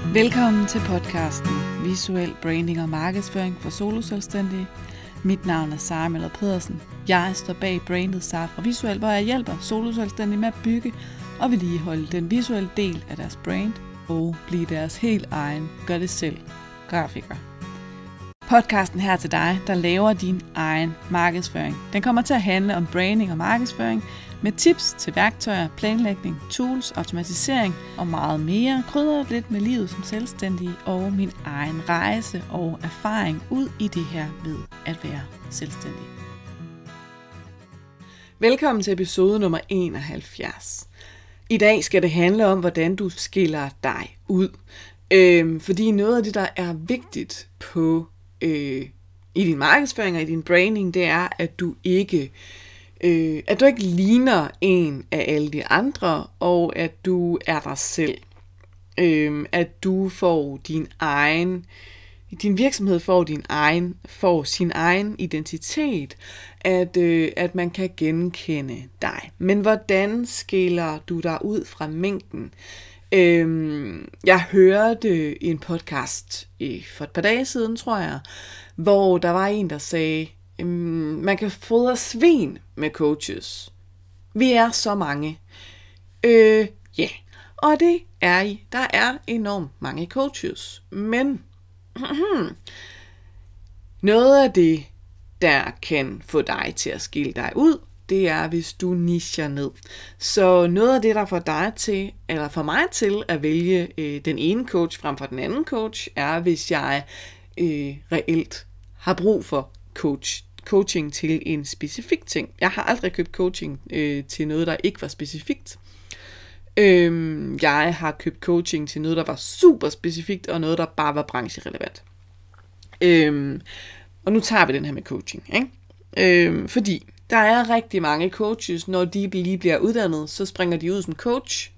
Velkommen til podcasten Visuel Branding og Markedsføring for Soloselvstændige. Mit navn er Sara Møller Pedersen. Jeg står bag brandet Sara fra Visuel, hvor jeg hjælper soloselvstændige med at bygge og vedligeholde den visuelle del af deres brand og blive deres helt egen gør det selv grafiker. Podcasten her til dig, der laver din egen markedsføring. Den kommer til at handle om branding og markedsføring med tips til værktøjer, planlægning, tools, automatisering og meget mere. Krydret lidt med livet som selvstændig og min egen rejse og erfaring ud i det her med at være selvstændig. Velkommen til episode nummer 71. I dag skal det handle om, hvordan du skiller dig ud. Fordi noget af det, der er vigtigt i din markedsføring og i din branding, det er, at du ikke ligner en af alle de andre, og at du er dig selv. At du får din virksomhed får sin egen identitet, at man kan genkende dig. Men hvordan skiller du dig ud fra mængden? Jeg hørte en podcast for et par dage siden, tror jeg, hvor der var en, der sagde, man kan fodre svin med coaches. Vi er så mange. Og det er I. Der er enormt mange coaches. Men noget af det, der kan få dig til at skille dig ud, det er, hvis du nicher ned. Så noget af det, der får dig til, eller får mig til at vælge den ene coach frem for den anden coach, er, hvis jeg reelt har brug for coaching til en specifik ting. Jeg har aldrig købt coaching til noget, der ikke var specifikt. Jeg har købt coaching til noget, der var super specifikt, og noget, der bare var brancherelevant. Og nu tager vi den her med coaching, ikke? Fordi der er rigtig mange coaches, når de lige bliver uddannet, så springer de ud som coach.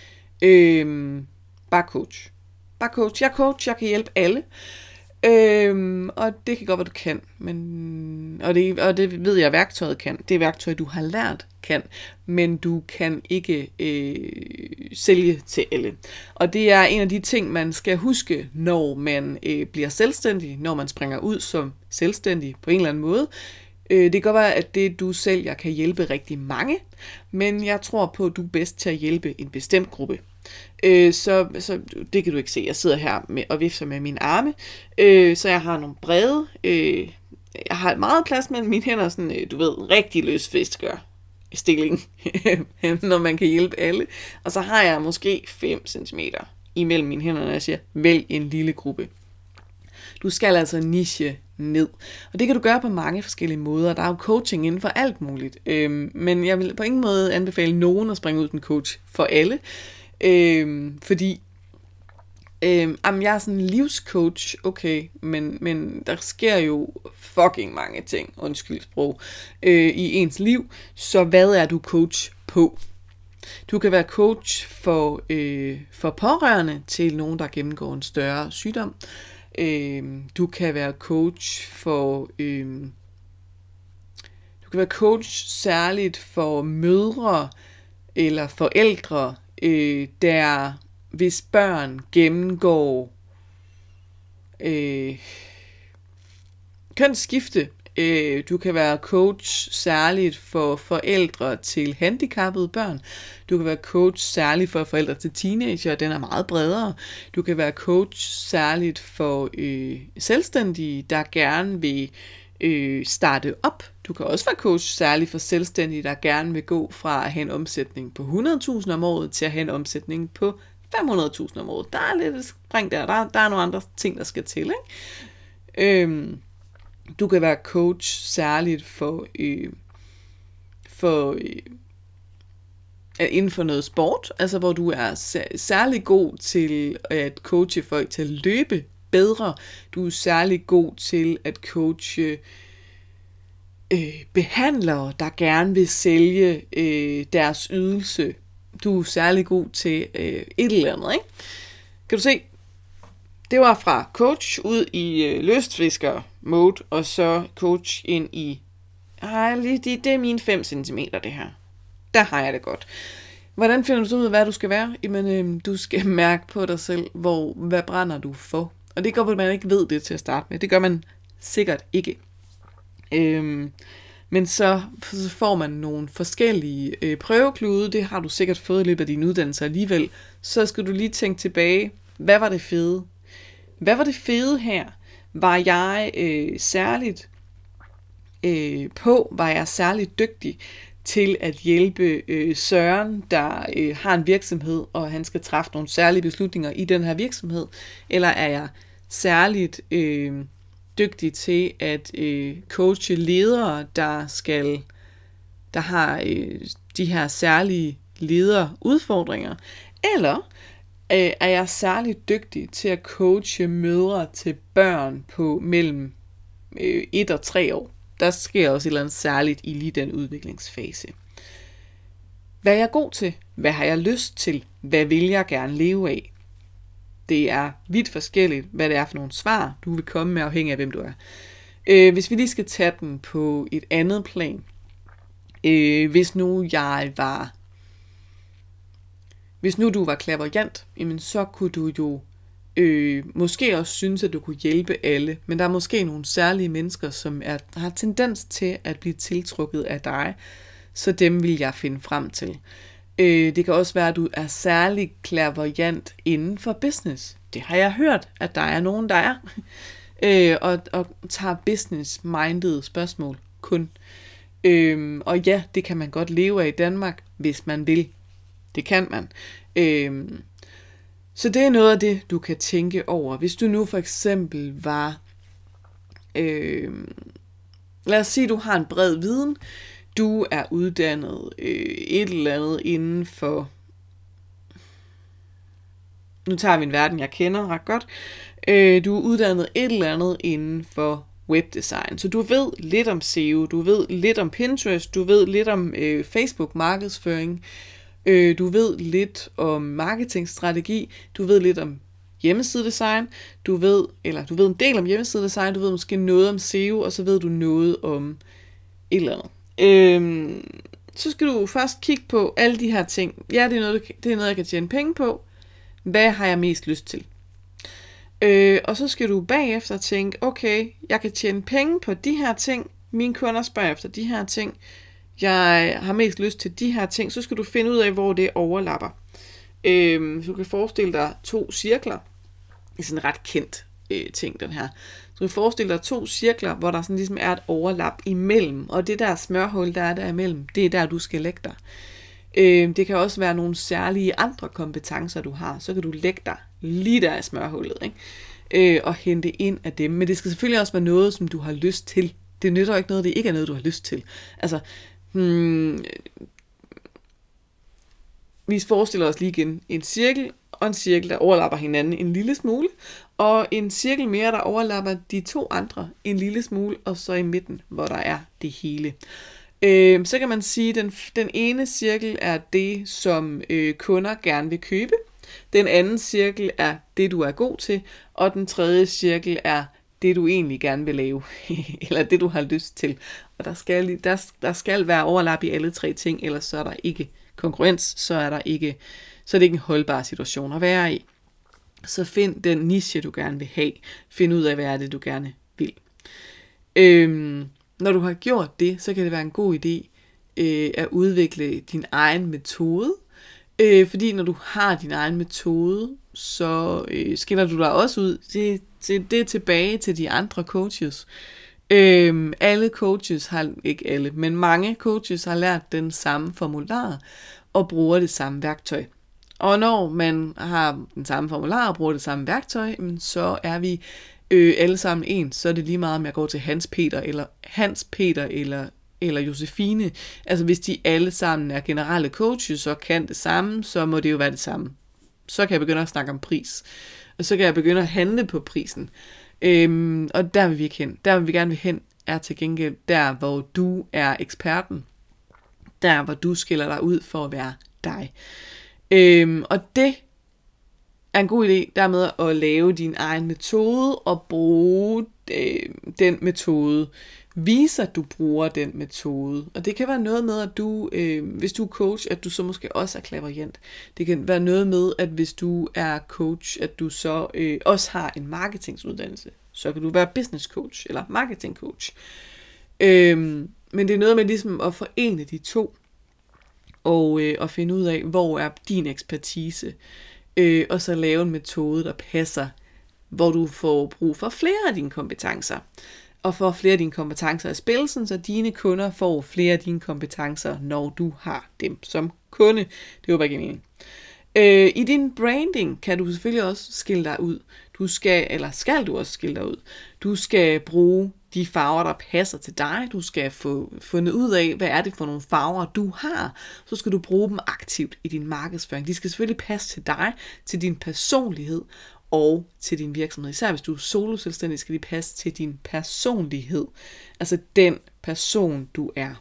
Bare coach. Jeg er coach, jeg kan hjælpe alle. Og det kan godt være, du kan. Og det ved jeg, værktøjet kan. Det værktøj, du har lært, kan. Men du kan ikke sælge til alle. Og det er en af de ting, man skal huske, når man bliver selvstændig, når man springer ud som selvstændig på en eller anden måde. Det kan godt være, at det du sælger kan hjælpe rigtig mange, men jeg tror på, at du er bedst til at hjælpe en bestemt gruppe. Så det kan du ikke se. Jeg sidder her og vifter med mine arme, så jeg har nogle brede. Jeg har meget plads mellem mine hænder, sådan rigtig løs fisker stilling, når man kan hjælpe alle. Og så har jeg måske 5 cm imellem mine hænder, når jeg siger, vælg en lille gruppe. Du skal altså niche ned. Og det kan du gøre på mange forskellige måder. Der er jo coaching inden for alt muligt. Men jeg vil på ingen måde anbefale nogen at springe ud en coach for alle. Fordi jeg er sådan en livscoach, okay, men der sker jo fucking mange ting, undskyld sprog, i ens liv. Så hvad er du coach på? Du kan være coach for pårørende til nogen, der gennemgår en større sygdom. Du kan være coach særligt for mødre eller forældre, der hvis børn gennemgår kønsskifte. Du kan være coach særligt for forældre til handicappede børn. Du kan være coach særligt for forældre til teenager, den er meget bredere. Du kan være coach særligt for selvstændige, der gerne vil starte op. Du kan også være coach særligt for selvstændige, der gerne vil gå fra at have en omsætning på 100.000 om året til at have en omsætning på 500.000 om året. Der er lidt et spring der. Der er nogle andre ting, der skal til, ikke? Du kan være coach særligt inden for noget sport, altså hvor du er særlig god til at coache folk til at løbe bedre. Du er særlig god til at coache behandlere, der gerne vil sælge deres ydelse. Du er særlig god til et eller andet, ikke? Kan du se? Det var fra coach ud i lystfisker mode, og så coach ind i, det er mine 5 cm det her. Der har jeg det godt. Hvordan finder du så ud af, hvad du skal være? Jamen, du skal mærke på dig selv, hvad brænder du for? Og det går, at man ikke ved det til at starte med. Det gør man sikkert ikke. Men så får man nogle forskellige prøveklude. Det har du sikkert fået i løbet af din uddannelse alligevel. Så skal du lige tænke tilbage. Hvad var det fede? Hvad var det fede her? Var jeg særligt var jeg særligt dygtig til at hjælpe Søren, der har en virksomhed, og han skal træffe nogle særlige beslutninger i den her virksomhed? Eller er jeg særligt dygtig til at coache ledere, der har de her særlige lederudfordringer? Eller er jeg særligt dygtig til at coache mødre til børn på mellem 1 og 3 år? Der sker også et eller andet særligt i lige den udviklingsfase. Hvad er jeg god til? Hvad har jeg lyst til? Hvad vil jeg gerne leve af? Det er vidt forskelligt, hvad det er for nogle svar, du vil komme med, afhængig af hvem du er. Hvis vi lige skal tage den på et andet plan. Hvis nu du var clairvoyant, jamen så kunne du jo måske også synes, at du kunne hjælpe alle, men der er måske nogle særlige mennesker, som har tendens til at blive tiltrukket af dig, så dem vil jeg finde frem til. Det kan også være, at du er særlig clairvoyant inden for business. Det har jeg hørt, at der er nogen, der er, og tager business-minded spørgsmål kun. Og ja, det kan man godt leve af i Danmark, hvis man vil. Det kan man. Så det er noget af det, du kan tænke over. Hvis du nu for eksempel var, lad os sige, du har en bred viden, du er uddannet et eller andet inden for, nu tager vi en verden, jeg kender ret godt, du er uddannet et eller andet inden for webdesign, så du ved lidt om SEO, du ved lidt om Pinterest, du ved lidt om Facebook markedsføring, du ved lidt om marketingstrategi, du ved lidt om hjemmesidedesign, du ved en del om hjemmesidedesign, du ved måske noget om SEO, og så ved du noget om et eller andet. Så skal du først kigge på alle de her ting. Ja, det er noget, jeg kan tjene penge på. Hvad har jeg mest lyst til? Og så skal du bagefter tænke, okay, jeg kan tjene penge på de her ting. Mine kunder spørger efter de her ting. Jeg har mest lyst til de her ting. Så skal du finde ud af, hvor det overlapper. Du kan forestille dig 2 cirkler. Det er sådan en ret kendt ting, den her. Så du kan forestille dig 2 cirkler, hvor der sådan ligesom er et overlap imellem. Og det der smørhul, der er der imellem, det er der, du skal lægge dig. Det kan også være nogle særlige andre kompetencer, du har. Så kan du lægge dig lige der i smørhullet, ikke? Og hente ind af dem. Men det skal selvfølgelig også være noget, som du har lyst til. Det nytter ikke noget, det ikke er noget, du har lyst til. Altså, vi forestiller os lige igen en cirkel, og en cirkel, der overlapper hinanden en lille smule, og en cirkel mere, der overlapper de 2 andre en lille smule, og så i midten, hvor der er det hele. Så kan man sige, at den ene cirkel er det, som kunder gerne vil købe. Den anden cirkel er det, du er god til, og den tredje cirkel er det, du egentlig gerne vil lave, eller det, du har lyst til. Og der skal være overlap i alle 3 ting, ellers så er der ikke konkurrence, så er det ikke en holdbar situation at være i. Så find den niche, du gerne vil have. Find ud af, hvad er det, du gerne vil. Når du har gjort det, så kan det være en god idé at udvikle din egen metode. Fordi når du har din egen metode, så skiller du dig også ud. Det er tilbage til de andre coaches. Alle coaches har, ikke alle, men mange coaches har lært den samme formular og bruger det samme værktøj. Og når man har den samme formular og bruger det samme værktøj, så er vi alle sammen ens. Så er det lige meget, om jeg går til Hans Peter eller Josefine. Altså hvis de alle sammen er generelle coaches og kan det samme, så må det jo være det samme. Så kan jeg begynde at snakke om pris. Og så kan jeg begynde at handle på prisen. Og der vil vi ikke hen. Der vil vi gerne vil hen, er til gengæld der, hvor du er eksperten. Der, hvor du skiller dig ud for at være dig. Og det er en god idé, dermed at lave din egen metode og bruge den metode vise, at du bruger den metode. Og det kan være noget med, at du, hvis du er coach, at du så måske også er clairvoyant. Det kan være noget med, at hvis du er coach, at du så også har en marketinguddannelse. Så kan du være business coach eller marketing coach. Men det er noget med ligesom at forene de to, og finde ud af, hvor er din ekspertise, og så lave en metode, der passer, hvor du får brug for flere af dine kompetencer, og får flere af dine kompetencer i spil, så dine kunder får flere af dine kompetencer, når du har dem som kunde. Det var ikke mening. I din branding kan du selvfølgelig også skille dig ud. Skal du også skille dig ud. Du skal bruge de farver, der passer til dig. Du skal få fundet ud af, hvad er det for nogle farver, du har. Så skal du bruge dem aktivt i din markedsføring. De skal selvfølgelig passe til dig, til din personlighed og til din virksomhed. Især hvis du er solo-selvstændig, skal de passe til din personlighed. Altså den person, du er.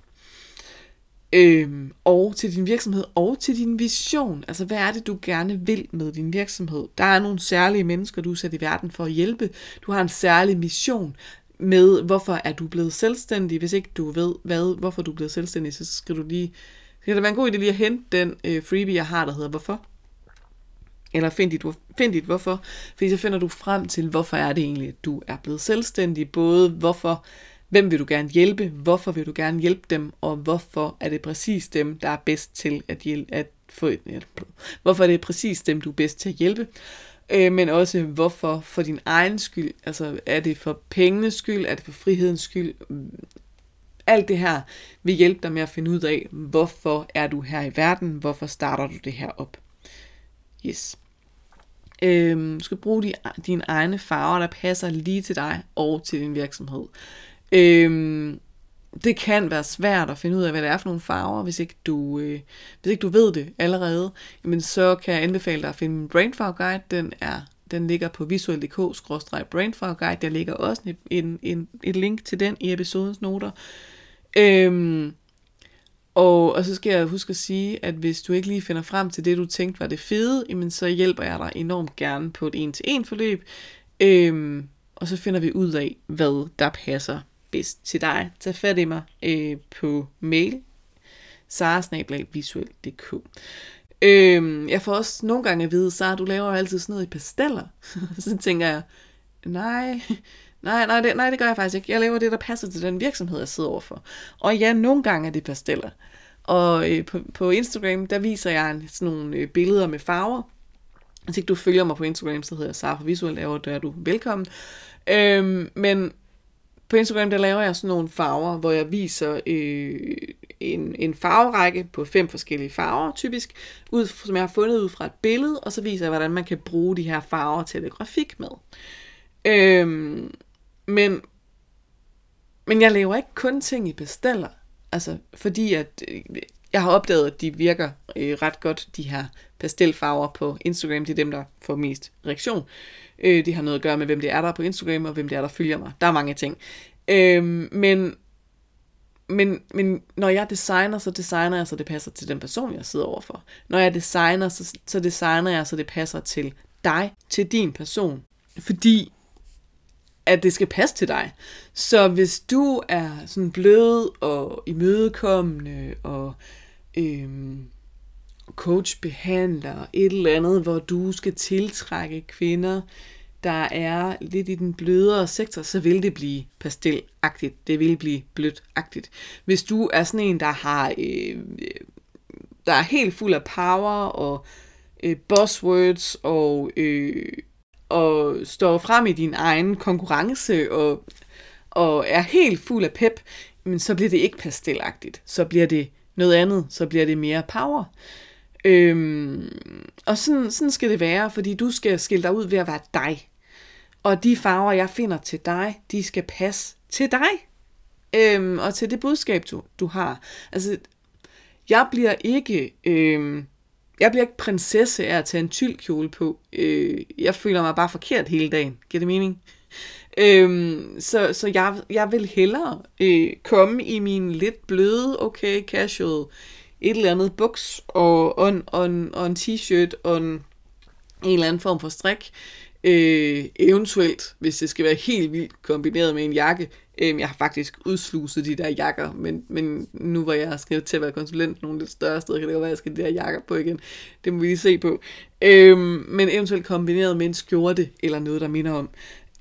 Og til din virksomhed og til din vision. Altså hvad er det du gerne vil med din virksomhed? Der er nogle særlige mennesker du er sat i verden for at hjælpe. Du har en særlig mission med hvorfor er du blevet selvstændig. Hvis ikke du ved hvorfor du er blevet selvstændig, så skal du lige, det kan være en god idé lige at hente den freebie jeg har, der hedder hvorfor. Eller find dit hvorfor. Fordi så finder du frem til hvorfor er det egentlig at du er blevet selvstændig. Både hvorfor, hvem vil du gerne hjælpe, hvorfor vil du gerne hjælpe dem, og hvorfor er det præcis dem, der er bedst til hvorfor er det præcis dem, du er bedst til at hjælpe, men også hvorfor for din egen skyld, altså er det for pengenes skyld, er det for frihedens skyld, alt det her vil hjælpe dig med at finde ud af, hvorfor er du her i verden, hvorfor starter du det her op. Yes. Du skal bruge dine egne farver, der passer lige til dig og til din virksomhed. Det kan være svært at finde ud af, hvad det er for nogle farver, hvis ikke du ved det allerede. Men så kan jeg anbefale dig at finde min brainfarveguide. Den ligger på visuel.dk/brainfarveguide. Der ligger også et link til den i episodens noter. Og så skal jeg huske at sige, at hvis du ikke lige finder frem til det, du tænkte var det fede, jamen så hjælper jeg dig enormt gerne på et 1-til-1 forløb. Og så finder vi ud af, hvad der passer bedst til dig. Tag fat i mig på mail sara@visuel.dk. Jeg får også nogle gange at vide, Sara, du laver jo altid sådan noget i pasteller. Så tænker jeg, nej, det gør jeg faktisk ikke. Jeg laver det, der passer til den virksomhed, jeg sidder overfor. Og ja, nogle gange er det pasteller. Og på Instagram, der viser jeg sådan nogle billeder med farver. Hvis ikke du følger mig på Instagram, så hedder jeg Sara fra Visuel, der er du velkommen. Men på Instagram, der laver jeg sådan nogle farver, hvor jeg viser en farverække på 5 forskellige farver, typisk, som jeg har fundet ud fra et billede, og så viser jeg, hvordan man kan bruge de her farver til at grafik med. Men jeg laver ikke kun ting i pasteller, altså fordi at jeg har opdaget, at de virker ret godt, de her pastelfarver på Instagram. Det er dem, der får mest reaktion. Det har noget at gøre med, hvem det er der på Instagram, og hvem det er, der følger mig. Der er mange ting. Men når jeg designer, så designer jeg, så det passer til den person, jeg sidder overfor. Når jeg designer, så designer jeg, så det passer til dig, til din person. Fordi at det skal passe til dig. Så hvis du er sådan blød og imødekommende og coachbehandler et eller andet, hvor du skal tiltrække kvinder, der er lidt i den blødere sektor, så vil det blive pastelagtigt. Det vil blive blødagtigt. Hvis du er sådan en, der er helt fuld af power og buzzwords og står frem i din egen konkurrence og er helt fuld af pep, men så bliver det ikke pastelagtigt. Så bliver det noget andet. Så bliver det mere power. Og sådan skal det være, fordi du skal skille dig ud ved at være dig. Og de farver, jeg finder til dig, de skal passe til dig. Og til det budskab, du har. Altså, jeg bliver ikke prinsesse af at tage en tyldkjole på. Jeg føler mig bare forkert hele dagen. Giver det mening? Så jeg vil hellere komme i min lidt bløde, okay, casual, et eller andet buks og en t-shirt og en eller anden form for strik, Eventuelt, hvis det skal være helt vildt kombineret med en jakke. Jeg har faktisk udsluset de der jakker, men nu hvor jeg skal til at være konsulent nogle lidt større steder, kan det godt være, at jeg skal de der jakker på igen. Det må vi lige se på. Men eventuelt kombineret med en skjorte, eller noget, der minder om.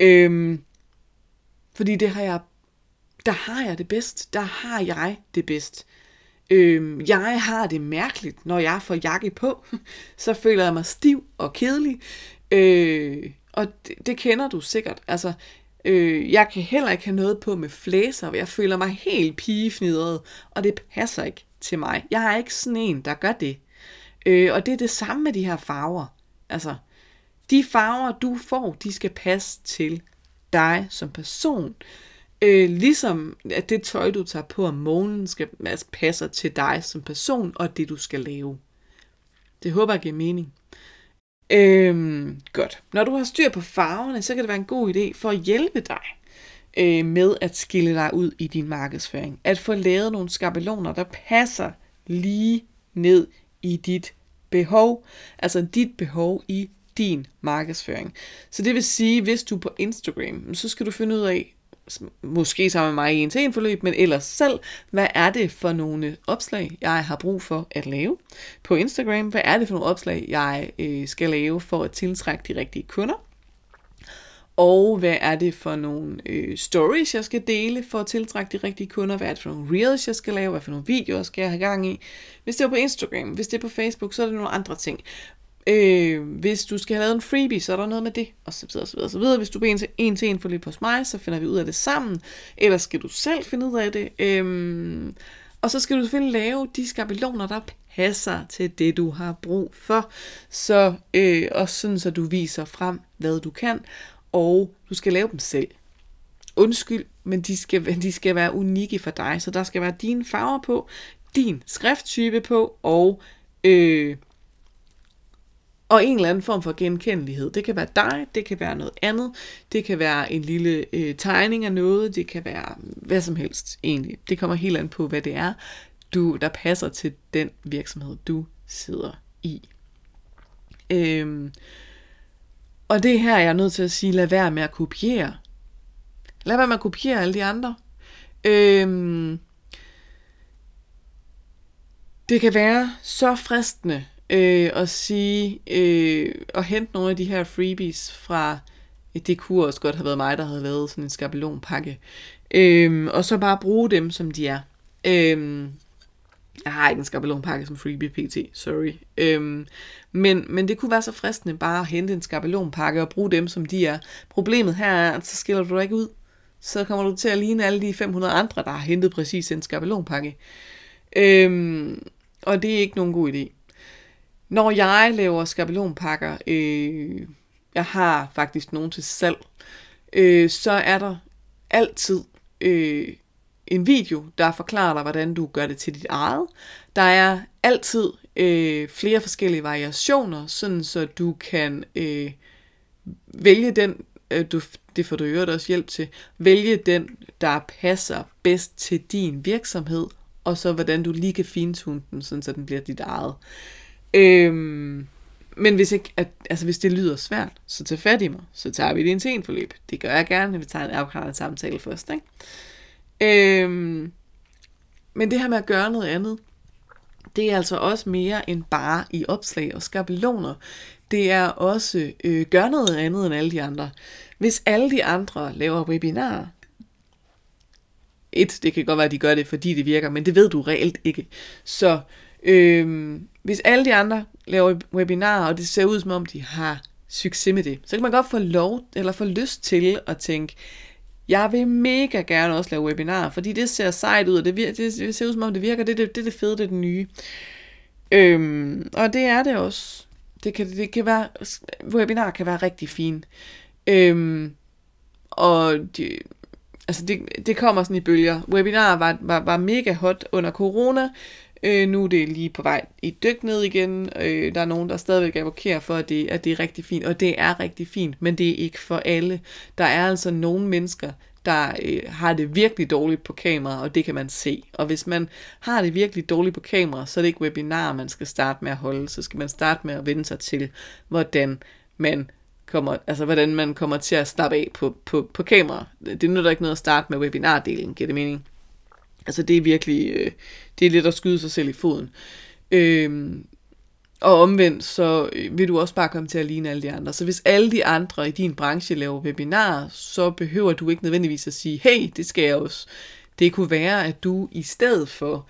Fordi der har jeg det bedst. Der har jeg det bedst. Jeg har det mærkeligt, når jeg får jakke på. Så føler jeg mig stiv og kedelig. Og det kender du sikkert. Altså, jeg kan heller ikke have noget på med flæser. Jeg føler mig helt pigefnidret, og det passer ikke til mig. Jeg er ikke sådan en, der gør det. Og det er det samme med de her farver. Altså, de farver, du får, de skal passe til dig som person. Ligesom at det tøj, du tager på om morgenen, passer til dig som person, og det, du skal lave. Det håber jeg giver mening. Godt. Når du har styr på farverne, så kan det være en god idé for at hjælpe dig med at skille dig ud i din markedsføring. At få lavet nogle skabeloner, der passer lige ned i dit behov. Altså dit behov i din markedsføring. Så det vil sige, hvis du er på Instagram, så skal du finde ud af, måske sammen med mig i en forløb, men ellers selv, hvad er det for nogle opslag, jeg har brug for at lave på Instagram? Hvad er det for nogle opslag, jeg skal lave for at tiltrække de rigtige kunder? Og hvad er det for nogle stories, jeg skal dele for at tiltrække de rigtige kunder? Hvad er det for nogle reels, jeg skal lave? Hvad for nogle videoer skal jeg have gang i? Hvis det er på Instagram, hvis det er på Facebook, så er det nogle andre ting. Hvis du skal have lavet en freebie, så er der noget med det, og så videre, så videre, så videre. Hvis du bliver en til en forløb hos mig, så finder vi ud af det sammen, eller skal du selv finde ud af det, og så skal du selvfølgelig lave de skabeloner, der passer til det, du har brug for, så også sådan, så du viser frem, hvad du kan, og du skal lave dem selv. Undskyld, men de skal være unikke for dig, så der skal være dine farver på, din skrifttype på, og en eller anden form for genkendelighed. Det kan være dig, det kan være noget andet, det kan være en lille tegning af noget, det kan være hvad som helst egentlig. Det kommer helt an på, hvad det er, der passer til den virksomhed, du sidder i. Og det her, jeg er nødt til at sige, lad være med at kopiere. Lad være med at kopiere alle de andre. Det kan være så fristende at sige, at hente nogle af de her freebies fra, det kunne også godt have været mig, der havde lavet sådan en skabelonpakke, og så bare bruge dem, som de er. Jeg har ikke en skabelonpakke som freebie pt, sorry. Men det kunne være så fristende bare at hente en skabelonpakke og bruge dem, som de er. Problemet her er, at så skiller du dig ikke ud. Så kommer du til at ligne alle de 500 andre, der har hentet præcis en skabelonpakke. Og det er ikke nogen god idé. Når jeg laver skabelonpakker, jeg har faktisk nogen til salg, så er der altid en video, der forklarer dig, hvordan du gør det til dit eget. Der er altid flere forskellige variationer, sådan så du kan vælge den, det får du øvrigt også hjælp til, vælge den, der passer bedst til din virksomhed, og så hvordan du lige kan fintune den, sådan så den bliver dit eget. Men hvis det lyder svært, så tag fat i mig, så tager vi det i en forløb. Det gør jeg gerne, vi tager en afklarende samtale først, ikke? Men det her med at gøre noget andet, det er altså også mere end bare i opslag og skabeloner. Det er også gøre noget andet end alle de andre. Hvis alle de andre laver webinarer, det kan godt være, at de gør det, fordi det virker, men det ved du reelt ikke. Så hvis alle de andre laver webinarer, og det ser ud som om de har succes med det, så kan man godt få lov, eller få lyst til at tænke, jeg vil mega gerne også lave webinarer, fordi det ser sejt ud, og det ser ud som om det virker, det er det fede, det er det nye. Og det er det også. Det kan være, webinar kan være rigtig fint. Og det kommer sådan i bølger. Webinar var mega hot under corona. Nu er det lige på vej i dyk ned igen. Der er nogen, der stadigvæk advokerer for, at det er rigtig fint. Og det er rigtig fint, men det er ikke for alle. Der er altså nogle mennesker, der har det virkelig dårligt på kamera, og det kan man se. Og hvis man har det virkelig dårligt på kamera, så er det ikke webinar, man skal starte med at holde. Så skal man starte med at vende sig til, hvordan man hvordan man kommer til at slappe af på kamera. Det nytter ikke noget at starte med webinardelen, giver det mening? Altså det er virkelig, det er lidt at skyde sig selv i foden. Og omvendt, så vil du også bare komme til at ligne alle de andre. Så hvis alle de andre i din branche laver webinarer, så behøver du ikke nødvendigvis at sige, hey, det skal jeg også. Det kunne være, at du i stedet for,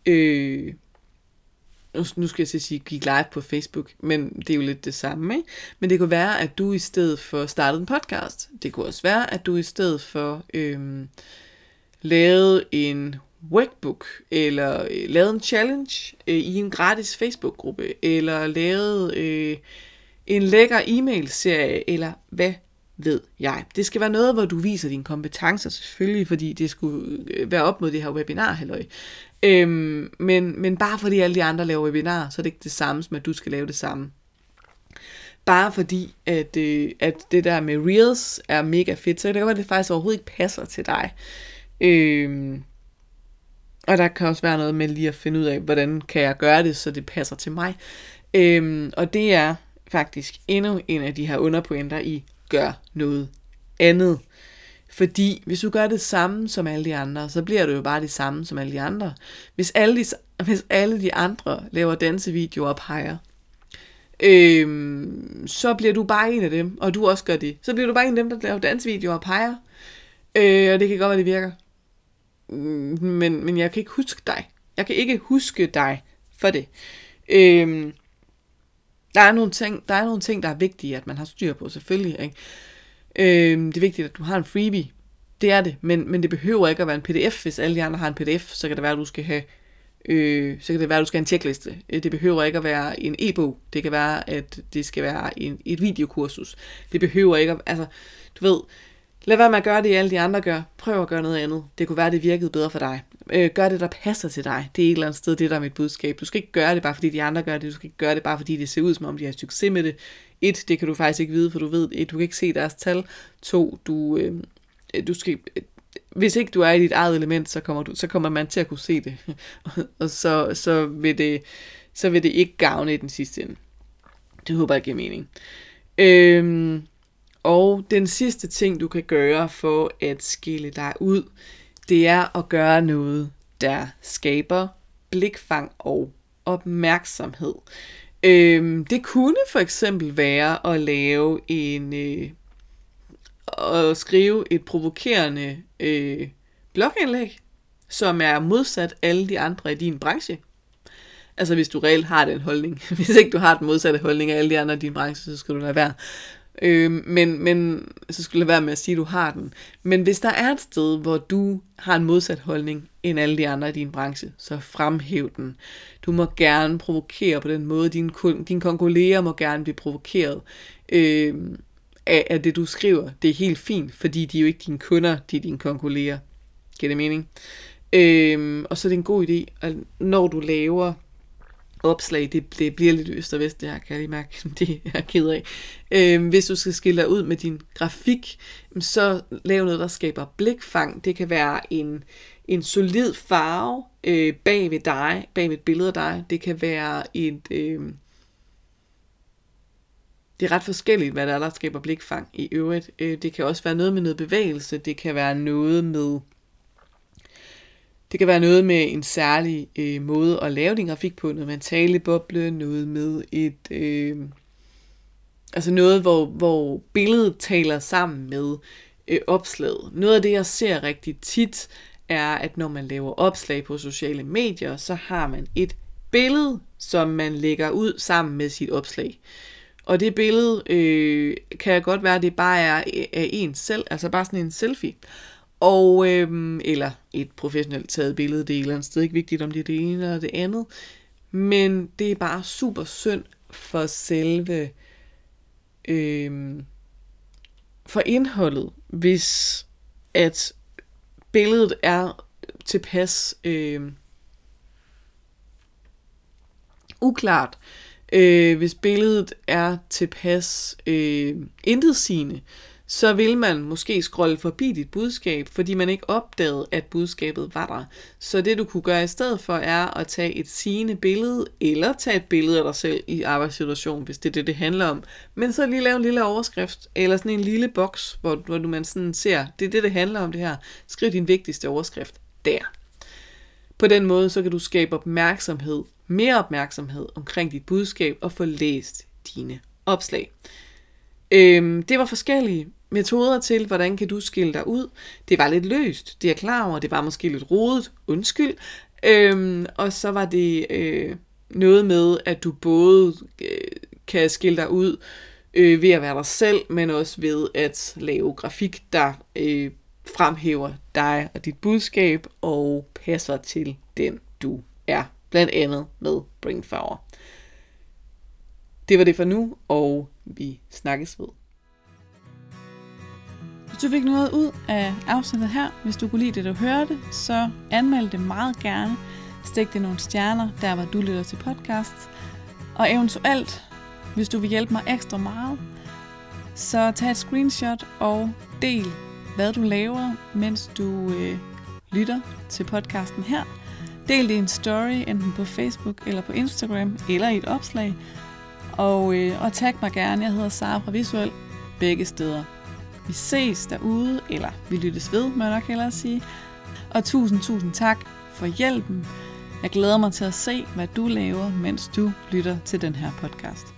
nu skal jeg sige, gik live på Facebook, men det er jo lidt det samme, ikke? Men det kunne være, at du i stedet for startede en podcast. Det kunne også være, at du i stedet for lavede en workbook, eller lavede en challenge i en gratis Facebook-gruppe, eller lavede en lækker e-mail-serie, eller hvad ved jeg. Det skal være noget, hvor du viser dine kompetencer, selvfølgelig, fordi det skulle være op mod det her webinar, halløj. Men bare fordi alle de andre laver webinar, så er det ikke det samme, som at du skal lave det samme. Bare fordi, at det der med Reels er mega fedt, så det kan være, at det faktisk overhovedet ikke passer til dig. Og der kan også være noget med lige at finde ud af, hvordan kan jeg gøre det, så det passer til mig. Og det er faktisk endnu en af de her underpointer i gør noget andet. Fordi hvis du gør det samme som alle de andre, så bliver du jo bare det samme som alle de andre. Hvis alle de andre laver dansevideoer og peger, så bliver du bare en af dem, og du også gør det. Så bliver du bare en af dem, der laver dansevideoer og peger. Og det kan godt være, det virker. Men jeg kan ikke huske dig. Jeg kan ikke huske dig for det. Der er nogle ting, der er vigtige, at man har styr på, selvfølgelig. Ikke? Det er vigtigt, at du har en freebie. Det er det, men det behøver ikke at være en pdf. Hvis alle de andre har en pdf, så kan det være, at du skal have en checkliste. Det behøver ikke at være en e-bog. Det kan være, at det skal være et videokursus. Det behøver ikke at, altså, du ved, lad være med at gøre det, alle de andre gør. Prøv at gøre noget andet. Det kunne være, at det virkede bedre for dig. Gør det, der passer til dig. Det er et eller andet sted, det der er mit budskab. Du skal ikke gøre det, bare fordi de andre gør det. Du skal ikke gøre det, bare fordi det ser ud, som om de har succes med det. 1, det kan du faktisk ikke vide, for du ved, 1, du kan ikke se deres tal. 2, du skal, hvis ikke du er i dit eget element, så kommer man til at kunne se det. Og så vil det ikke gavne i den sidste ende. Det håber jeg giver mening. Og den sidste ting, du kan gøre for at skille dig ud, det er at gøre noget, der skaber blikfang og opmærksomhed. Det kunne for eksempel være at lave at skrive et provokerende blogindlæg, som er modsat alle de andre i din branche. Altså hvis du reelt har den holdning. Hvis ikke du har den modsatte holdning af alle de andre i din branche, så skal du lade være. Men så skulle det være med at sige, at du har den. Men hvis der er et sted, hvor du har en modsat holdning end alle de andre i din branche, så fremhæv den. Du må gerne provokere på den måde. Dine konkurrerer må gerne blive provokeret af det, du skriver. Det er helt fint, fordi de er jo ikke dine kunder, de er dine konkurrerer. Giver det mening? Og så er det en god idé, at når du laver opslag, det bliver lidt øst og vest, det her kan jeg lige mærke, det er jeg ked af. Hvis du skal skille dig ud med din grafik, så lav noget, der skaber blikfang. Det kan være en solid farve bag ved dig, bag ved et billede af dig. Det kan være det er ret forskelligt, hvad der skaber blikfang i øvrigt. Det kan også være noget med noget bevægelse. Det kan være noget med en særlig måde at lave din grafik på, noget med en taleboble, noget med noget, hvor billedet taler sammen med opslaget. Noget af det, jeg ser rigtig tit, er, at når man laver opslag på sociale medier, så har man et billede, som man lægger ud sammen med sit opslag. Og det billede kan godt være, at det bare er af en selv, altså bare sådan en selfie. Og, eller et professionelt taget billede, det er et eller andet sted ikke vigtigt, om det er det ene eller det andet. Men det er bare super synd for selve, for indholdet, hvis at billedet er tilpas uklart. Hvis billedet er tilpas intetsigende, så vil man måske scrolle forbi dit budskab, fordi man ikke opdagede, at budskabet var der. Så det du kunne gøre i stedet for, er at tage et sigende billede, eller tage et billede af dig selv i arbejdssituationen, hvis det er det handler om. Men så lige lave en lille overskrift, eller sådan en lille boks, hvor man sådan ser, det er det handler om det her. Skriv din vigtigste overskrift der. På den måde, så kan du skabe mere opmærksomhed omkring dit budskab, og få læst dine opslag. Det var forskellige metoder til, hvordan kan du skille dig ud. Det var lidt løst, det er jeg klar over, det var måske lidt rodet, undskyld. Og så var det noget med, at du både kan skille dig ud ved at være dig selv, men også ved at lave grafik, der fremhæver dig og dit budskab, og passer til den du er. Blandt andet med Bringforward. Det var det for nu, og vi snakkes ved. Hvis du fik noget ud af afsnittet her, hvis du kunne lide det, du hørte, så anmeld det meget gerne. Stik det nogle stjerner, der hvor du lytter til podcasts. Og eventuelt, hvis du vil hjælpe mig ekstra meget, så tag et screenshot og del, hvad du laver, mens du lytter til podcasten her. Del det i en story, enten på Facebook eller på Instagram, eller i et opslag. Og tag mig gerne, jeg hedder Sara fra Visuel, begge steder. Vi ses derude, eller vi lyttes ved, må jeg nok hellere sige. Og tusind tak for hjælpen. Jeg glæder mig til at se, hvad du laver, mens du lytter til den her podcast.